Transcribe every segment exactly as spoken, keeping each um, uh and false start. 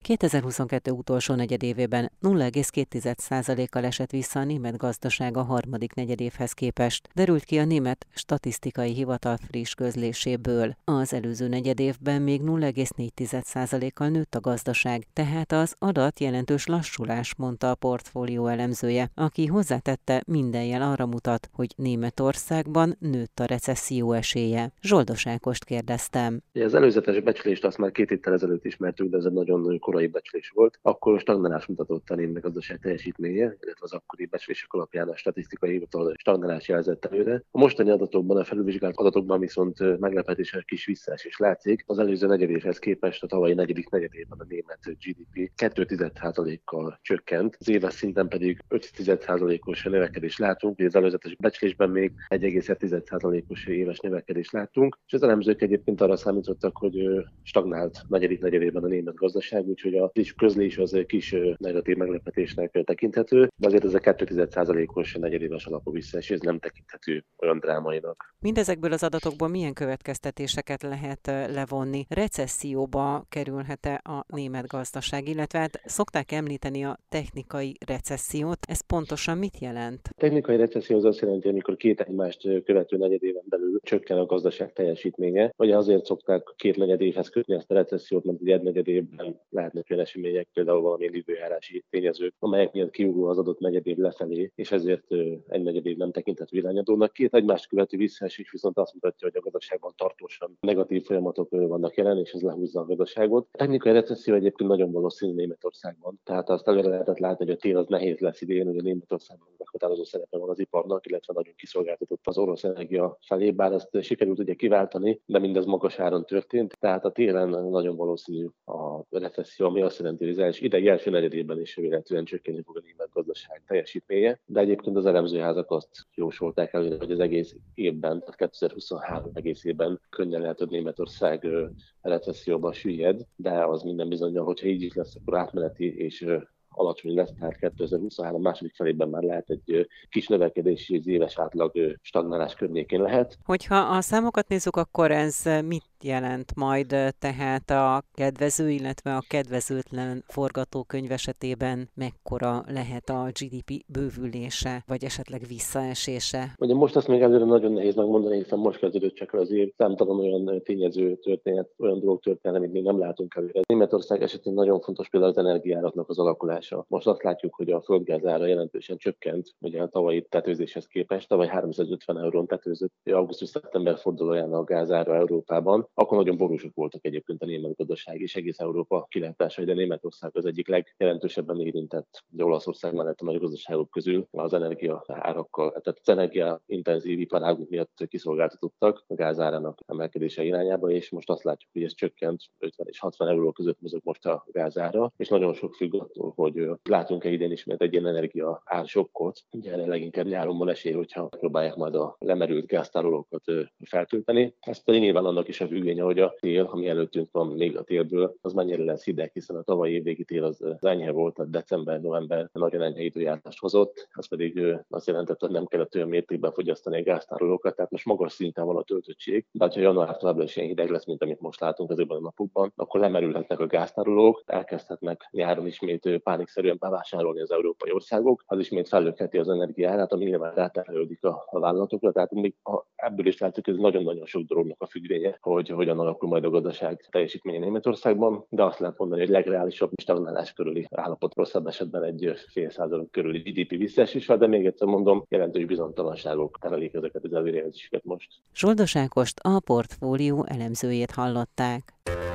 kétezer-huszonkettő utolsó negyedévében nulla egész két százalékkal esett vissza a német gazdaság a harmadik negyedévhez képest, derült ki a Német Statisztikai Hivatal friss közléséből. Az előző negyedévben még nulla egész négy százalékkal nőtt a gazdaság, tehát az adat jelentős lassulás, mondta a portfólió elemzője, aki hozzátette, minden jel arra mutat, hogy Németországban nőtt a recesszió esélye. Zsoldos Ákost kérdeztem. Az előzetes becslést azt már két héttel ezelőtt ismertük, de ez egy nagyon korai becslés volt. Akkor stagnálás mutatott a német gazdaság teljesítménye, illetve az akkori becslések alapján a statisztikai hivatal stagnálás jelzett előre. A mostani adatokban, a felülvizsgált adatokban viszont meglepetésen kis visszaesés látszik. Az előző negyedévhez képest a tavalyi negyedik negyedében a német gé dé pé két százalékkal csökkent, az éves szinten pedig öt százalékos növekedést látunk, az előzetes becslésben még egy egész egy százalékos éves növekedést láttunk, és az elemzők egyébként arra számítottak, hogy stagnált negyedik negyedében a német gazdaság, úgyhogy a kis közlés az kis negatív meglepetésnek tekinthető, de azért ez a két százalékos negyedéves alapú visszaesés nem tekinthető olyan drámainak. Mindezekből az adatokból milyen következtetéseket lehet levonni? Recesszióba kerülhet-e a német gazdaság, illetve hát szokták említeni a technikai recessziót, ez pontosan mit jelent? A technikai recesszió az azt jelenti, amikor két egymást követő negyedéven belül csökken a gazdaság teljesítménye, vagy azért szokták két negyedévhez kötni ezt a recessziót, mert egy negyedévben lehetnek olyan események, például valamilyen időjárási tényezők, amelyek miatt kiugró az adott negyedév lefelé, és ezért egy negyedév nem tekinthető irányadónak. Két egymást követő visszaesés viszont azt mutatja, hogy a gazdaságban tartósan negatív folyamatok vannak jelen, és ez lehúzza a gazdaságot. A technikai recesszió egyébként nagyon valószínű Németországban, tehát azt előre lehetett látni, hogy a tél az nehéz lesz idén, hogy a Németországban meghatározó szerepe van az iparnak, illetve nagyon kiszolgáltatott az orosz energia felé, bár ezt sikerült ugye kiváltani, de mindez magas áron történt, tehát a télen nagyon valószínű a recesszió, ami azt jelenti, hogy az első, idei első negyedében is véletlenül csökkenni fog a német gazdaság teljesítménye, de egyébként az elemzőházak azt jósolták előre, hogy az egész évben, tehát kétezer-huszonhárom egész évben könnyen lehet, hogy Németország recesszióban süllyed, de az minden bizonnyal, hogyha így is lesz, akkor átmeneti és alacsony lesz, tehát kétezer-huszonhárom második felében már lehet egy kis növekedés, és éves átlag stagnálás környékén lehet. Hogyha a számokat nézzük, akkor ez mit jelent majd tehát a kedvező, illetve a kedvezőtlen forgatókönyv esetében mekkora lehet a gé dé pé bővülése, vagy esetleg visszaesése? Ugye most azt még előre nagyon nehéz megmondani, hiszen most kezdődött csak az év, számtalan olyan tényező történet, olyan dolog történet, amit még nem látunk előre. Németország esetén nagyon fontos például az energiáraknak az alakulása. Most azt látjuk, hogy a földgáz ára jelentősen csökkent, ugye a tavalyi tetőzéshez képest, tavaly háromszázötven eurón tetőzött augusztus-szeptember fordulóján a gázára Európában. Akkor nagyon borúsok voltak egyébként a német gazdaság és egész Európa kilátásai, de Németország az egyik legjelentősebben érintett, de Olaszország mellett a nagy gazdaságok közül az energia árakkal, tehát az energiaintenzív iparágok miatt kiszolgáltatottak a gázárának emelkedése irányába, és most azt látjuk, hogy ez csökkent, ötven és hatvan euró között mozog most a gázára, és nagyon sok függ attól, hogy látunk-e idén ismét egy ilyen energia ársokkot. Ugye erre leginkább nyáron van esély, hogyha próbálják majd a lemerült gáztárolókat feltölteni. Ez pedig nyilván annak is a függvénye, hogy a tél, ami előttünk van még a télből, az mennyire lesz hideg, hiszen a tavalyi évvégi tél az enyhe volt, a december-november nagyon enyhe időjárást hozott, az pedig azt jelentette, hogy nem kellett olyan mértékben fogyasztani a gáztárolókat, tehát most magas szinten van a töltöttség, de ha január továbbra is ilyen hideg lesz, mint amit most látunk ezekben a napokban, akkor lemerülhetnek a gáztárolók, elkezdhetnek nyáron ismét pánikszerűen bevásárolni az európai országok, az ismét fellökheti az energiaárát, ami nyilván ráterhelődik a, a vállalatokra, tehát még a, ebből is látjuk, hogy ez nagyon-nagyon sok dolognak a függvénye, hogy hogyan alakul majd a gazdaság teljesítménye Németországban, de azt lehet mondani, hogy legreálisabb stagnálás körüli állapot, rosszabb esetben egy fél százalék körüli gé dé pé visszaeséssel, de még egyszer mondom, jelentős bizonytalanságok terelik ezeket az előrejelzéseket most. Zsoldos Ákost, a portfólió elemzőjét hallották.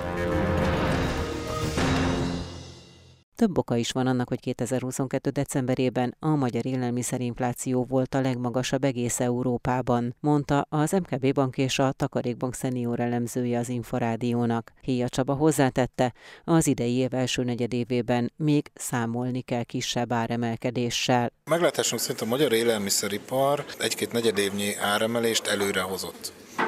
Több oka is van annak, hogy kétezer-huszonkettő decemberében a magyar élelmiszerinfláció volt a legmagasabb egész Európában, mondta az em ká bé Bank és a Takarékbank szenior elemzője az Inforádiónak. Héja Csaba hozzátette, az idei év első negyedévében még számolni kell kisebb áremelkedéssel. Meglátásunk szerint a magyar élelmiszeripar egy-két negyedévnyi áremelést előre hozott.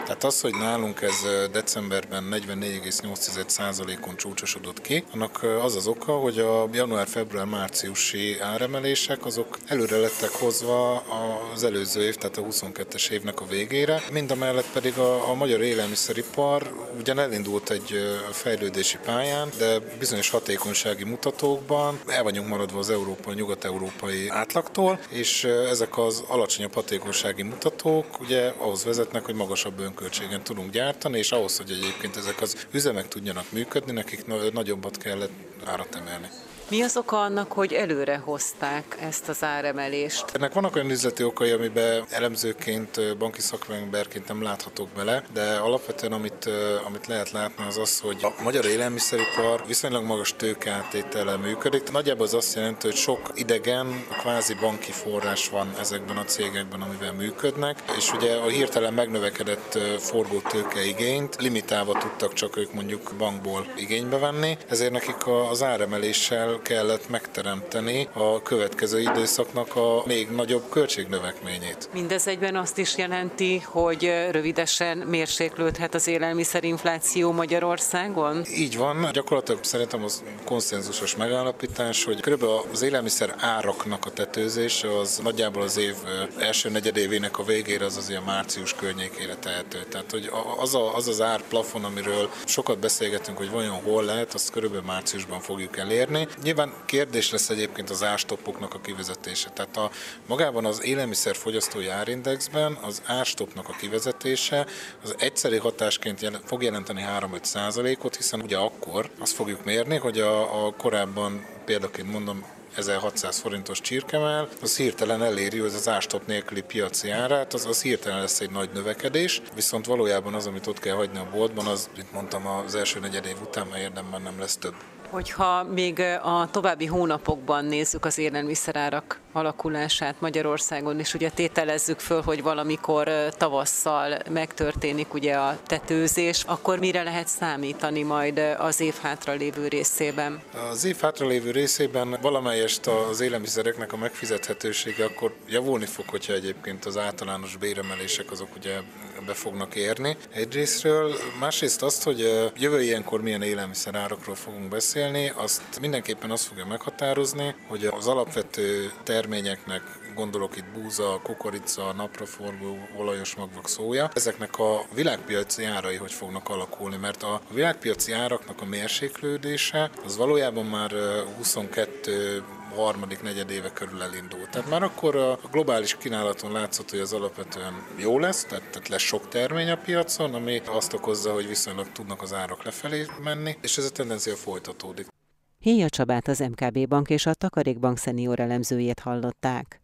Tehát az, hogy nálunk ez decemberben negyvennégy egész nyolc százalékon csúcsosodott ki, annak az az oka, hogy a január-február-márciusi áremelések azok előre lettek hozva az előző év, tehát a huszonkettes évnek a végére. Mindamellett pedig a, a magyar élelmiszeripar ugyan elindult egy fejlődési pályán, de bizonyos hatékonysági mutatókban el vagyunk maradva az európai, nyugat-európai átlagtól, és ezek az alacsonyabb hatékonysági mutatók ugye ahhoz vezetnek, hogy magasabb önköltségen tudunk gyártani, és ahhoz, hogy egyébként ezek az üzemek tudjanak működni, nekik nagyobbat kellett árat emelni. Mi az oka annak, hogy előre hozták ezt az áremelést? Ennek vannak olyan üzleti okai, amiben elemzőként, banki szakemberként nem láthatok bele, de alapvetően amit, amit lehet látni az az, hogy a magyar élelmiszeripar viszonylag magas tőkeáttétellel működik. Nagyjából az azt jelenti, hogy sok idegen, kvázi banki forrás van ezekben a cégekben, amivel működnek, és ugye a hirtelen megnövekedett forgó tőkeigényt limitálva tudtak csak ők mondjuk bankból igénybe venni, ezért nekik az áremeléssel kellett megteremteni a következő időszaknak a még nagyobb költségnövekményét. Mindez egyben azt is jelenti, hogy rövidesen mérséklődhet az élelmiszerinfláció Magyarországon? Így van, gyakorlatilag szerintem az konszenzusos megállapítás, hogy körülbelül az élelmiszer áraknak a tetőzése az nagyjából az év első negyedévének a végére, az az ilyen március környékére tehető. Tehát, hogy az, a, az az árplafon, amiről sokat beszélgetünk, hogy vajon hol lehet, azt körülbelül márciusban fogjuk elérni. Nyilván kérdés lesz egyébként az árstoppoknak a kivezetése. Tehát a, magában az élelmiszerfogyasztói árindexben az árstoppnak a kivezetése az egyszeri hatásként jel, fog jelenteni három-öt százalékot, hiszen ugye akkor azt fogjuk mérni, hogy a, a korábban példaként mondom, ezerhatszáz forintos csirkemell, az hirtelen eléri, hogy az árstopp nélküli piaci árát, az, az hirtelen lesz egy nagy növekedés, viszont valójában az, amit ott kell hagyni a boltban, az, mint mondtam, az első negyed év után már érdemben nem lesz több. Hogyha még a további hónapokban nézzük az élelmiszerárak alakulását Magyarországon, és ugye tételezzük föl, hogy valamikor tavasszal megtörténik ugye a tetőzés, akkor mire lehet számítani majd az év hátralévő részében? Az év hátralévő részében valamelyest az élelmiszereknek a megfizethetősége akkor javulni fog, hogyha egyébként az általános béremelések azok ugye be fognak érni egyrésztről. Másrészt azt, hogy jövő ilyenkor milyen élelmiszerárakról fogunk beszélni, azt mindenképpen azt fogja meghatározni, hogy az alapvető terményeknek, gondolok itt búza, kukorica, napraforgó, olajos magvak, szója, ezeknek a világpiaci árai hogy fognak alakulni, mert a világpiaci áraknak a mérséklődése az valójában már huszonkettő harmadik negyedéve körül elindult. Tehát már akkor a globális kínálaton látszott, hogy az alapvetően jó lesz, tehát, tehát lesz sok termény a piacon, ami azt okozza, hogy viszonylag tudnak az árak lefelé menni, és ez a tendencia folytatódik. Héja Csabát, az em ká bé Bank és a Takarékbank szenior elemzőjét hallották.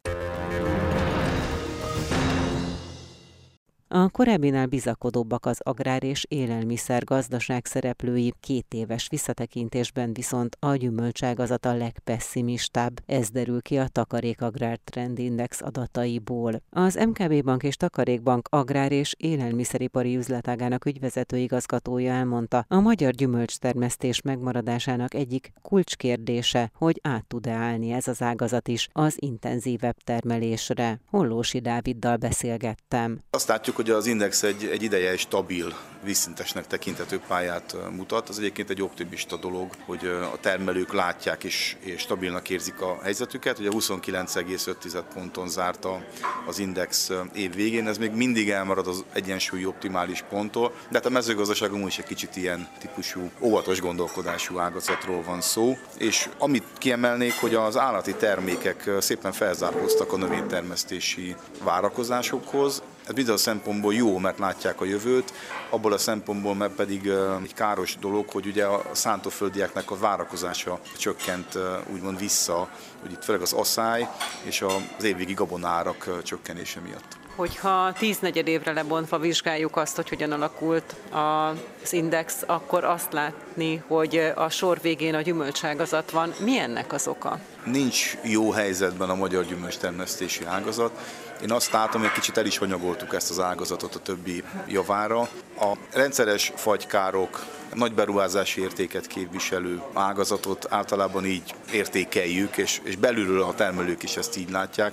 A korábbinál bizakodóbbak az agrár és élelmiszer gazdaság szereplői, két éves visszatekintésben viszont a gyümölcságazat a legpesszimistább. Ez derül ki a Takarék Agrár Trend Index adataiból. Az em ká bé Bank és Takarékbank agrár és élelmiszeripari üzletágának ügyvezető igazgatója elmondta, a magyar gyümölcstermesztés megmaradásának egyik kulcskérdése, hogy át tud-e állni ez az ágazat is az intenzívebb termelésre. Hollósi Dáviddal beszélgettem. Azt látjuk, hogy az Index egy, egy ideje egy stabil, vízszintesnek tekinthető pályát mutat. Az egyébként egy optimista dolog, hogy a termelők látják és, és stabilnak érzik a helyzetüket. Ugye huszonkilenc egész öt ponton zárta az Index év végén, ez még mindig elmarad az egyensúlyi optimális ponttól, de hát a mezőgazdaságon is egy kicsit ilyen típusú óvatos gondolkodású ágazatról van szó. És amit kiemelnék, hogy az állati termékek szépen felzárkóztak a növénytermesztési várakozásokhoz. Ez bizony a szempontból jó, mert látják a jövőt, abból a szempontból meg pedig egy káros dolog, hogy ugye a szántóföldieknek a várakozása csökkent úgymond vissza, hogy itt főleg az asszály és az évvégi gabonárak csökkenése miatt. Hogyha tíznegyed évre lebontva vizsgáljuk azt, hogy hogyan alakult az Index, akkor azt látni, hogy a sor végén a gyümölcságazat van. Mi ennek az oka? Nincs jó helyzetben a magyar gyümölcstermesztési ágazat. Én azt látom, hogy kicsit el is hanyagoltuk ezt az ágazatot a többi javára. A rendszeres fagykárok, nagy beruházási értéket képviselő ágazatot általában így értékeljük, és, és belülről a termelők is ezt így látják.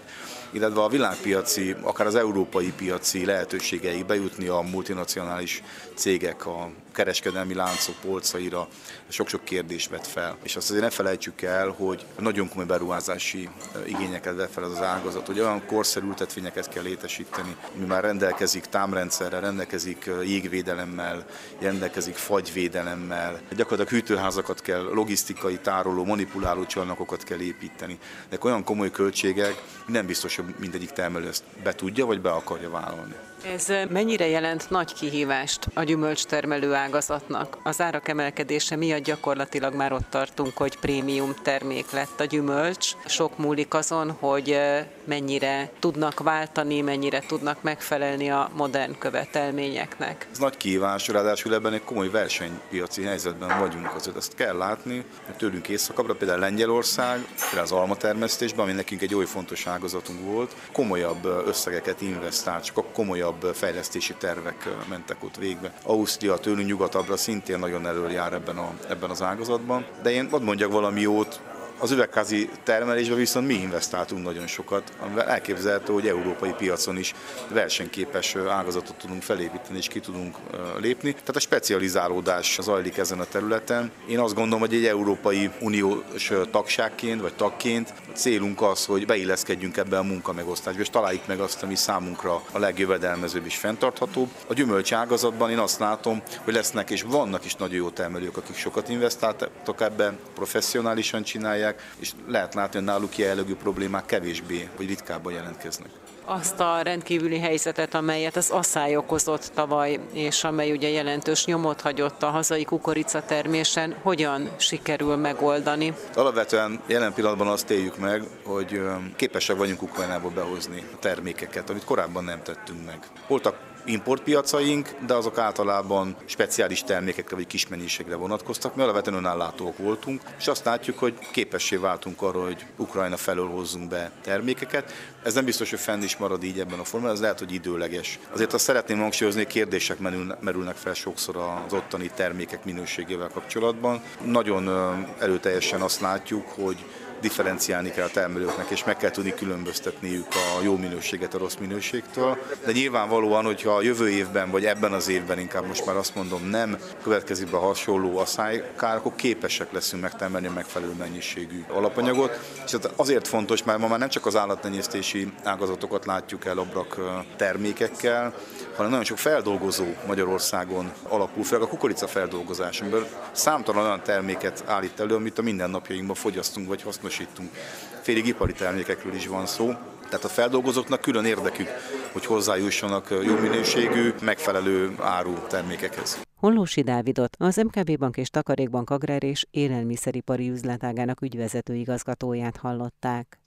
illetve a világpiaci, akár az európai piaci lehetőségeig bejutni a multinacionális cégek, a kereskedelmi láncok polcaira sok-sok kérdést vet fel. És azt azért ne felejtsük el, hogy nagyon komoly beruházási igényeket vet fel az az ágazat, hogy olyan korszerű ültetvényeket kell létesíteni, ami már rendelkezik támrendszerrel, rendelkezik jégvédelemmel, rendelkezik fagyvédelemmel. Gyakorlatilag hűtőházakat kell, logisztikai, tároló, manipuláló csarnokokat kell építeni. De olyan komoly költségek, nem biztos, hogy mindegyik termelő ezt be tudja, vagy be akarja vállalni. Ez mennyire jelent nagy kihívást a gyümölcstermelő ágazatnak? Az árak emelkedése miatt gyakorlatilag már ott tartunk, hogy prémium termék lett a gyümölcs. Sok múlik azon, hogy mennyire tudnak váltani, mennyire tudnak megfelelni a modern követelményeknek. Ez nagy kihívás, ráadásul ebben egy komoly versenypiaci helyzetben vagyunk, azért azt kell látni, hogy tőlünk északabbra, például Lengyelország, például az almatermesztésben, ami nekünk egy oly fontos ágazatunk volt, komolyabb összegeket investált, csak a komolyabb fejlesztési tervek mentek ott végbe. Ausztria tőlünk nyugatabbra szintén nagyon elől jár ebben, a, ebben az ágazatban, de én hadd mondjak valami jót, az üvegházi termelésben viszont mi investáltunk nagyon sokat, amivel elképzelhető, hogy európai piacon is versenyképes ágazatot tudunk felépíteni és ki tudunk lépni. Tehát a specializálódás zajlik ezen a területen. Én azt gondolom, hogy egy Európai Uniós tagságként vagy tagként a célunk az, hogy beilleszkedjünk ebbe a munkamegosztásba, és találjuk meg azt, ami számunkra a legjövedelmezőbb és fenntarthatóbb. A gyümölcs ágazatban én azt látom, hogy lesznek és vannak is nagyon jó termelők, akik sokat investáltak ebbe, professzionálisan csinálják, és lehet látni, hogy náluk ilyen jellegű problémák kevésbé vagy ritkábban jelentkeznek. Azt a rendkívüli helyzetet, amelyet az asszály okozott tavaly, és amely ugye jelentős nyomot hagyott a hazai kukoricatermésen, hogyan sikerül megoldani? Alapvetően jelen pillanatban azt éljük meg, hogy képesek vagyunk Ukrajnából behozni a termékeket, amit korábban nem tettünk meg. Voltak importpiacaink, de azok általában speciális termékekre vagy kis mennyiségre vonatkoztak, mi alapvetően önállátók voltunk, és azt látjuk, hogy képessé váltunk arra, hogy Ukrajna felől hozzunk be termékeket. Ez nem biztos, hogy fenn is marad így ebben a formában, ez lehet, hogy időleges. Azért azt szeretném hangsúlyozni, hogy kérdések merülnek fel sokszor az ottani termékek minőségével kapcsolatban. Nagyon erőteljesen azt látjuk, hogy differenciálni kell a termelőknek, és meg kell tudni különböztetniük a jó minőséget a rossz minőségtől. De nyilvánvalóan, hogyha a jövő évben, vagy ebben az évben, inkább most már azt mondom, nem következik be hasonló asszálykár, akkor képesek leszünk megtermelni a megfelelő mennyiségű alapanyagot. És azért fontos, mert ma már nem csak az állattenyésztési ágazatokat látjuk el abrak termékekkel, hanem nagyon sok feldolgozó Magyarországon alapul, főleg a kukorica feldolgozás, amiből számtalan olyan terméket állít elő, amit a mindennapjainkban fogyasztunk vagy hasznosítunk. Félig ipari termékekről is van szó. Tehát a feldolgozóknak külön érdekük, hogy hozzájussanak jó minőségű, megfelelő áru termékekhez. Hollósi Dávidot, az em ká bé Bank és Takarékbank agrár és élelmiszeripari üzletágának ügyvezető igazgatóját hallották.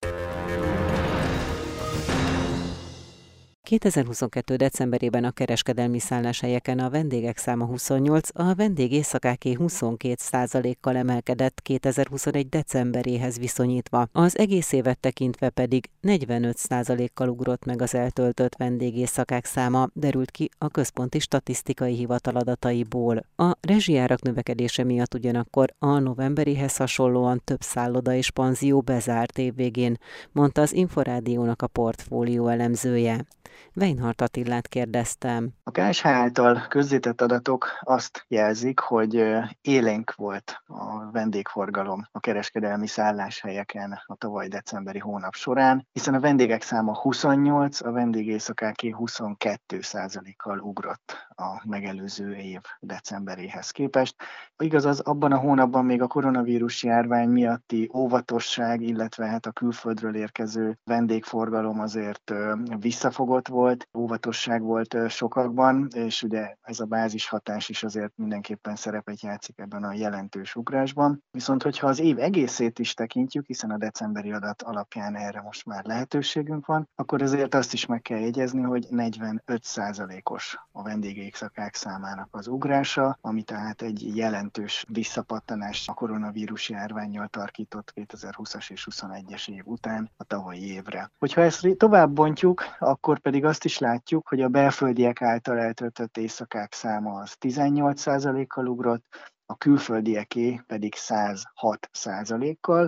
kétezer-huszonkettő. decemberében a kereskedelmi szálláshelyeken a vendégek száma huszonnyolc, a vendégéjszakáké huszonkét százalékkal emelkedett kétezer-huszonegy. decemberéhez viszonyítva. Az egész évet tekintve pedig negyvenöt százalékkal ugrott meg az eltöltött vendégéjszakák száma, derült ki a Központi Statisztikai Hivatal adataiból. A rezsijárak növekedése miatt ugyanakkor a novemberihez hasonlóan több szálloda és panzió bezárt évvégén, mondta az Inforádiónak a portfólió elemzője. Weinhardt Attilát kérdeztem. A ká es há által közzétett adatok azt jelzik, hogy élénk volt a vendégforgalom a kereskedelmi szálláshelyeken a tavaly decemberi hónap során, hiszen a vendégek száma huszonnyolc, a vendégéjszakáké huszonkettő százalékkal ugrott a megelőző év decemberéhez képest. Igaz, az abban a hónapban még a koronavírus járvány miatti óvatosság, illetve hát a külföldről érkező vendégforgalom azért visszafogott volt, óvatosság volt sokakban, és ugye ez a bázis hatás is azért mindenképpen szerepet játszik ebben a jelentős ugrásban. Viszont hogyha az év egészét is tekintjük, hiszen a decemberi adat alapján erre most már lehetőségünk van, akkor azért azt is meg kell jegyezni, hogy negyvenöt százalékos a vendégéjszakák számának az ugrása, ami tehát egy jelentős visszapattanás a koronavírus járvánnyal tarkított kétezer-húszas és huszonegyes év után a tavalyi évre. Hogyha ezt tovább bontjuk, akkor pedig azt is látjuk, hogy a belföldiek által eltöltött éjszakák száma az tizennyolc százalékkal ugrott, a külföldieké pedig száz hat százalékkal,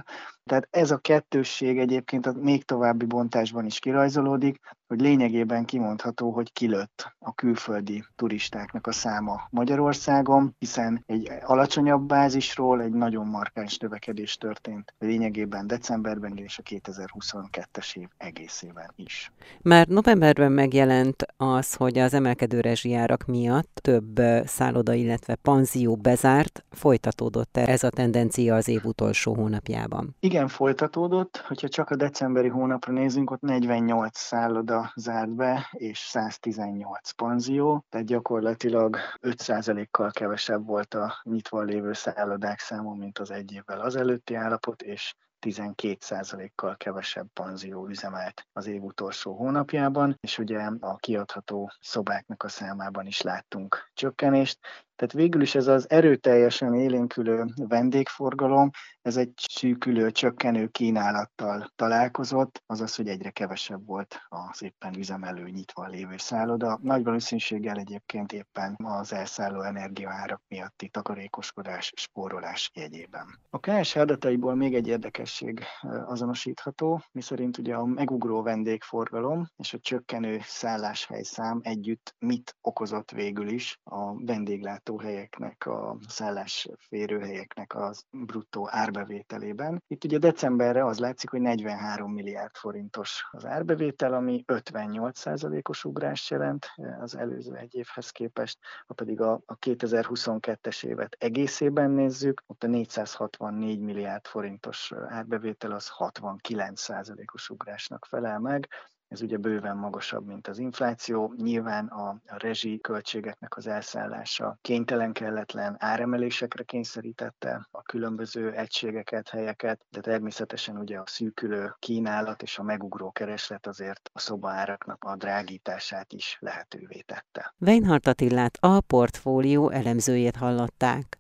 Tehát ez a kettősség egyébként a még további bontásban is kirajzolódik, hogy lényegében kimondható, hogy kilőtt a külföldi turistáknak a száma Magyarországon, hiszen egy alacsonyabb bázisról egy nagyon markáns növekedés történt lényegében decemberben és a kétezer-huszonkettes év egészében is. Már novemberben megjelent az, hogy az emelkedő rezsijárak miatt több szálloda, illetve panzió bezárt. Folytatódott ez a tendencia az év utolsó hónapjában? Igen, folytatódott. Hogyha csak a decemberi hónapra nézünk, ott negyvennyolc szálloda zárt be, és száztizennyolc panzió, tehát gyakorlatilag öt százalékkal kevesebb volt a nyitva lévő szállodák száma, mint az egy évvel azelőtti állapot, és tizenkét százalékkal kevesebb panzió üzemelt az év utolsó hónapjában, és ugye a kiadható szobáknak a számában is láttunk csökkenést. Tehát végül is ez az erőteljesen élénkülő vendégforgalom, ez egy szűkülő, csökkenő kínálattal találkozott, azaz, hogy egyre kevesebb volt az éppen üzemelő, nyitva lévő szálloda. Nagy valószínűséggel egyébként éppen az elszálló energiaárak miatti takarékoskodás, spórolás jegyében. A ká es há adataiból még egy érdekesség azonosítható, miszerint ugye a megugró vendégforgalom és a csökkenő szálláshelyszám együtt mit okozott végül is a vendéglátóhelyeknek, a szállásférőhelyeknek az bruttó árbevételében. Itt ugye decemberre az látszik, hogy negyvenhárom milliárd forintos az árbevétel, ami ötvennyolc százalékos ugrást jelent az előző egy évhez képest, ha pedig a, a kétezer-huszonkettes évet egészében nézzük, ott a négyszázhatvannégy milliárd forintos árbevétel az hatvankilenc százalékos ugrásnak felel meg. Ez ugye bőven magasabb, mint az infláció. Nyilván a, a rezsi költségeknek az elszállása kénytelen, kelletlen áremelésekre kényszerítette a különböző egységeket, helyeket, de természetesen ugye a szűkülő kínálat és a megugró kereslet azért a szobaáraknak a drágítását is lehetővé tette. Weinhardt Attilát, a portfólió elemzőjét hallották.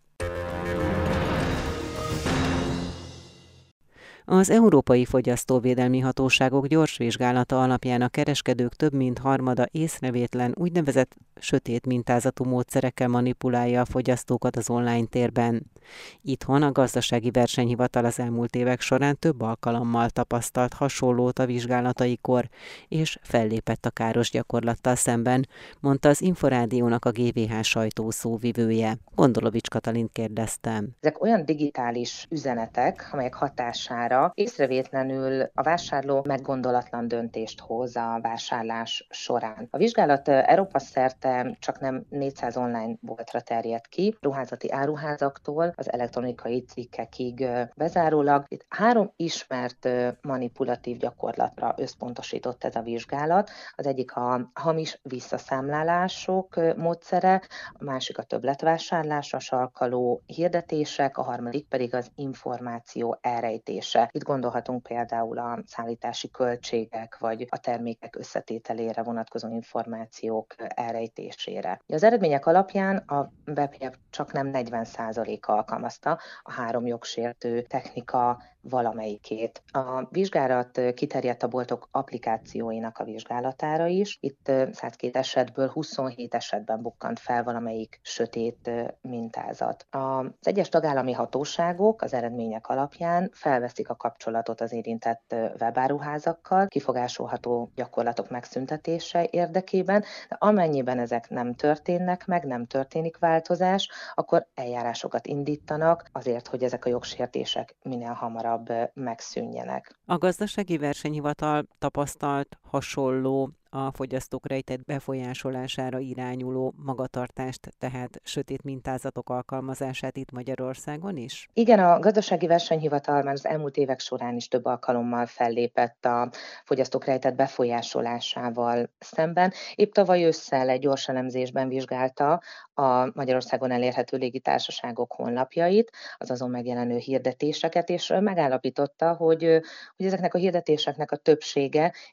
Az Európai Fogyasztóvédelmi Hatóságok gyors vizsgálata alapján a kereskedők több mint harmada észrevétlen úgynevezett sötét mintázatú módszerekkel manipulálja a fogyasztókat az online térben. Itthon a Gazdasági Versenyhivatal az elmúlt évek során több alkalommal tapasztalt hasonlót a vizsgálataikor, és fellépett a káros gyakorlattal szemben, mondta az Inforádiónak a gé vé há sajtószóvivője. Gondolovics Katalint kérdeztem. Ezek olyan digitális üzenetek, amelyek hatására észrevétlenül a vásárló meggondolatlan döntést hoz a vásárlás során. A vizsgálat Európa szerte csak nem négyszáz online boltra terjedt ki, ruházati áruházaktól az elektronikai cikkekig bezárólag. Itt három ismert manipulatív gyakorlatra összpontosított ez a vizsgálat. Az egyik a hamis visszaszámlálások módszere, a másik a többletvásárlásra sarkalló hirdetések, a harmadik pedig az információ elrejtése. Itt gondolhatunk például a szállítási költségek, vagy a termékek összetételére vonatkozó információk elrejtésére. Az eredmények alapján a webjegyek csak nem negyven százaléka alkalmazta a három jogsértő technika valamelyikét. A vizsgálat kiterjedt a boltok applikációinak a vizsgálatára is. Itt százkettő esetből huszonhét esetben bukkant fel valamelyik sötét mintázat. Az egyes tagállami hatóságok az eredmények alapján felveszik a kapcsolatot az érintett webáruházakkal, kifogásolható gyakorlatok megszüntetése érdekében, de amennyiben ezek nem történnek meg, nem történik változás, akkor eljárásokat indítanak azért, hogy ezek a jogsértések minél hamarabb megszűnjenek. A Gazdasági Versenyhivatal tapasztalt hasonló a fogyasztók rejtett befolyásolására irányuló magatartást, tehát sötét mintázatok alkalmazását itt Magyarországon is? Igen, a Gazdasági Versenyhivatal már az elmúlt évek során is több alkalommal fellépett a fogyasztók rejtett befolyásolásával szemben. Épp tavaly ősszel egy gyors elemzésben vizsgálta a Magyarországon elérhető légitársaságok honlapjait, az azon megjelenő hirdetéseket, és megállapította, hogy, hogy ezeknek a hirdetéseknek a többsége észrevétlenül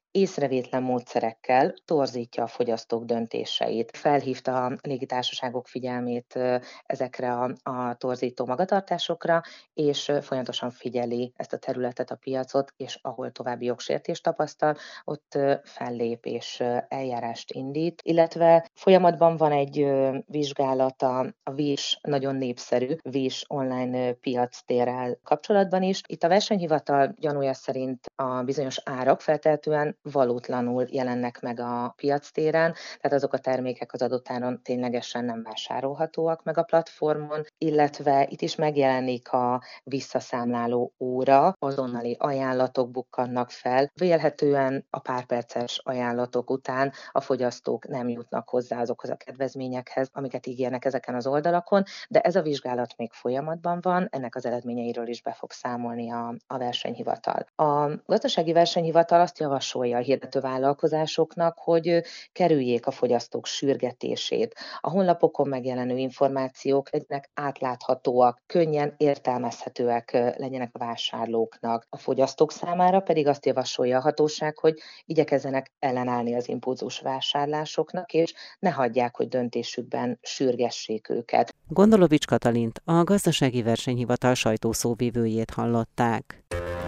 észrevétlen módszerekkel torzítja a fogyasztók döntéseit. Felhívta a légitársaságok figyelmét ezekre a, a torzító magatartásokra, és folyamatosan figyeli ezt a területet, a piacot, és ahol további jogsértést tapasztal, ott fellép és eljárást indít, illetve folyamatban van egy vizsgálata a Wizz, nagyon népszerű Wizz online piactérrel kapcsolatban is. Itt a versenyhivatal gyanúja szerint a bizonyos árak feltehetően valótlanul jelennek meg a piactéren, tehát azok a termékek az adott áron ténylegesen nem vásárolhatóak meg a platformon, illetve itt is megjelenik a visszaszámláló óra, azonnali ajánlatok bukkannak fel. Vélhetően a pár perces ajánlatok után a fogyasztók nem jutnak hozzá azokhoz a kedvezményekhez, amiket ígérnek ezeken az oldalakon, de ez a vizsgálat még folyamatban van, ennek az eredményeiről is be fog számolni a, a versenyhivatal. A gazdasági versenyhivatal azt javasolja a hirdető vállalkozásoknak, hogy kerüljék a fogyasztók sürgetését. A honlapokon megjelenő információk legyenek átláthatóak, könnyen értelmezhetőek legyenek a vásárlóknak. A fogyasztók számára pedig azt javasolja a hatóság, hogy igyekezzenek ellenállni az impulzus vásárlásoknak, és ne hagyják, hogy döntésükben sürgessék őket. Gondolovics Katalint, a Gazdasági Versenyhivatal sajtószóvivőjét hallották.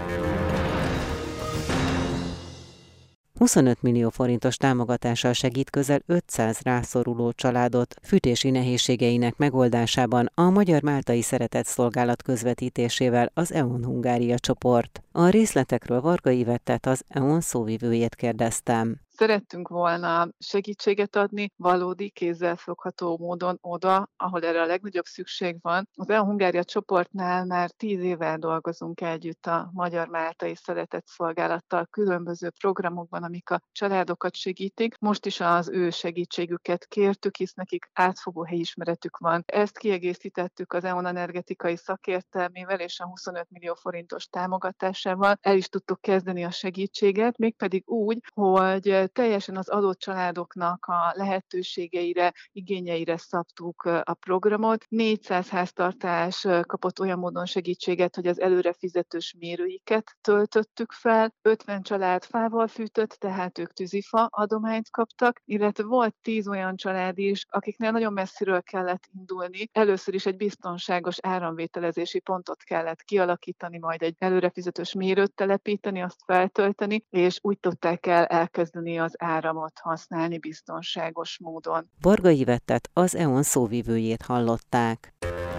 huszonöt millió forintos támogatással segít közel ötszáz rászoruló családot fűtési nehézségeinek megoldásában a Magyar-Máltai Szeretetszolgálat közvetítésével az e o en Hungária csoport. A részletekről Varga Ivettet, az e o en szóvivőjét kérdeztem. Szerettünk volna segítséget adni valódi kézzelfogható módon oda, ahol erre a legnagyobb szükség van. Az e o en Hungária csoportnál már tíz éve dolgozunk együtt a Magyar-Máltai Szeretetszolgálattal különböző programokban, amik a családokat segítik. Most is az ő segítségüket kértük, hisz nekik átfogó helyismeretük van. Ezt kiegészítettük az e o en energetikai szakértelmével és a huszonöt millió forintos támogatásával. El is tudtuk kezdeni a segítséget, mégpedig úgy, hogy teljesen az adott családoknak a lehetőségeire, igényeire szabtuk a programot. négyszáz háztartás kapott olyan módon segítséget, hogy az előre fizetős mérőiket töltöttük fel. ötven család fával fűtött, tehát ők tűzifa adományt kaptak, illetve volt tíz olyan család is, akiknél nagyon messziről kellett indulni. Először is egy biztonságos áramvételezési pontot kellett kialakítani, majd egy előre fizetős mérőt telepíteni, azt feltölteni, és úgy tudták el elkezdeni az áramot használni biztonságos módon. Varga Ivettet, az e o en szóvivőjét hallották.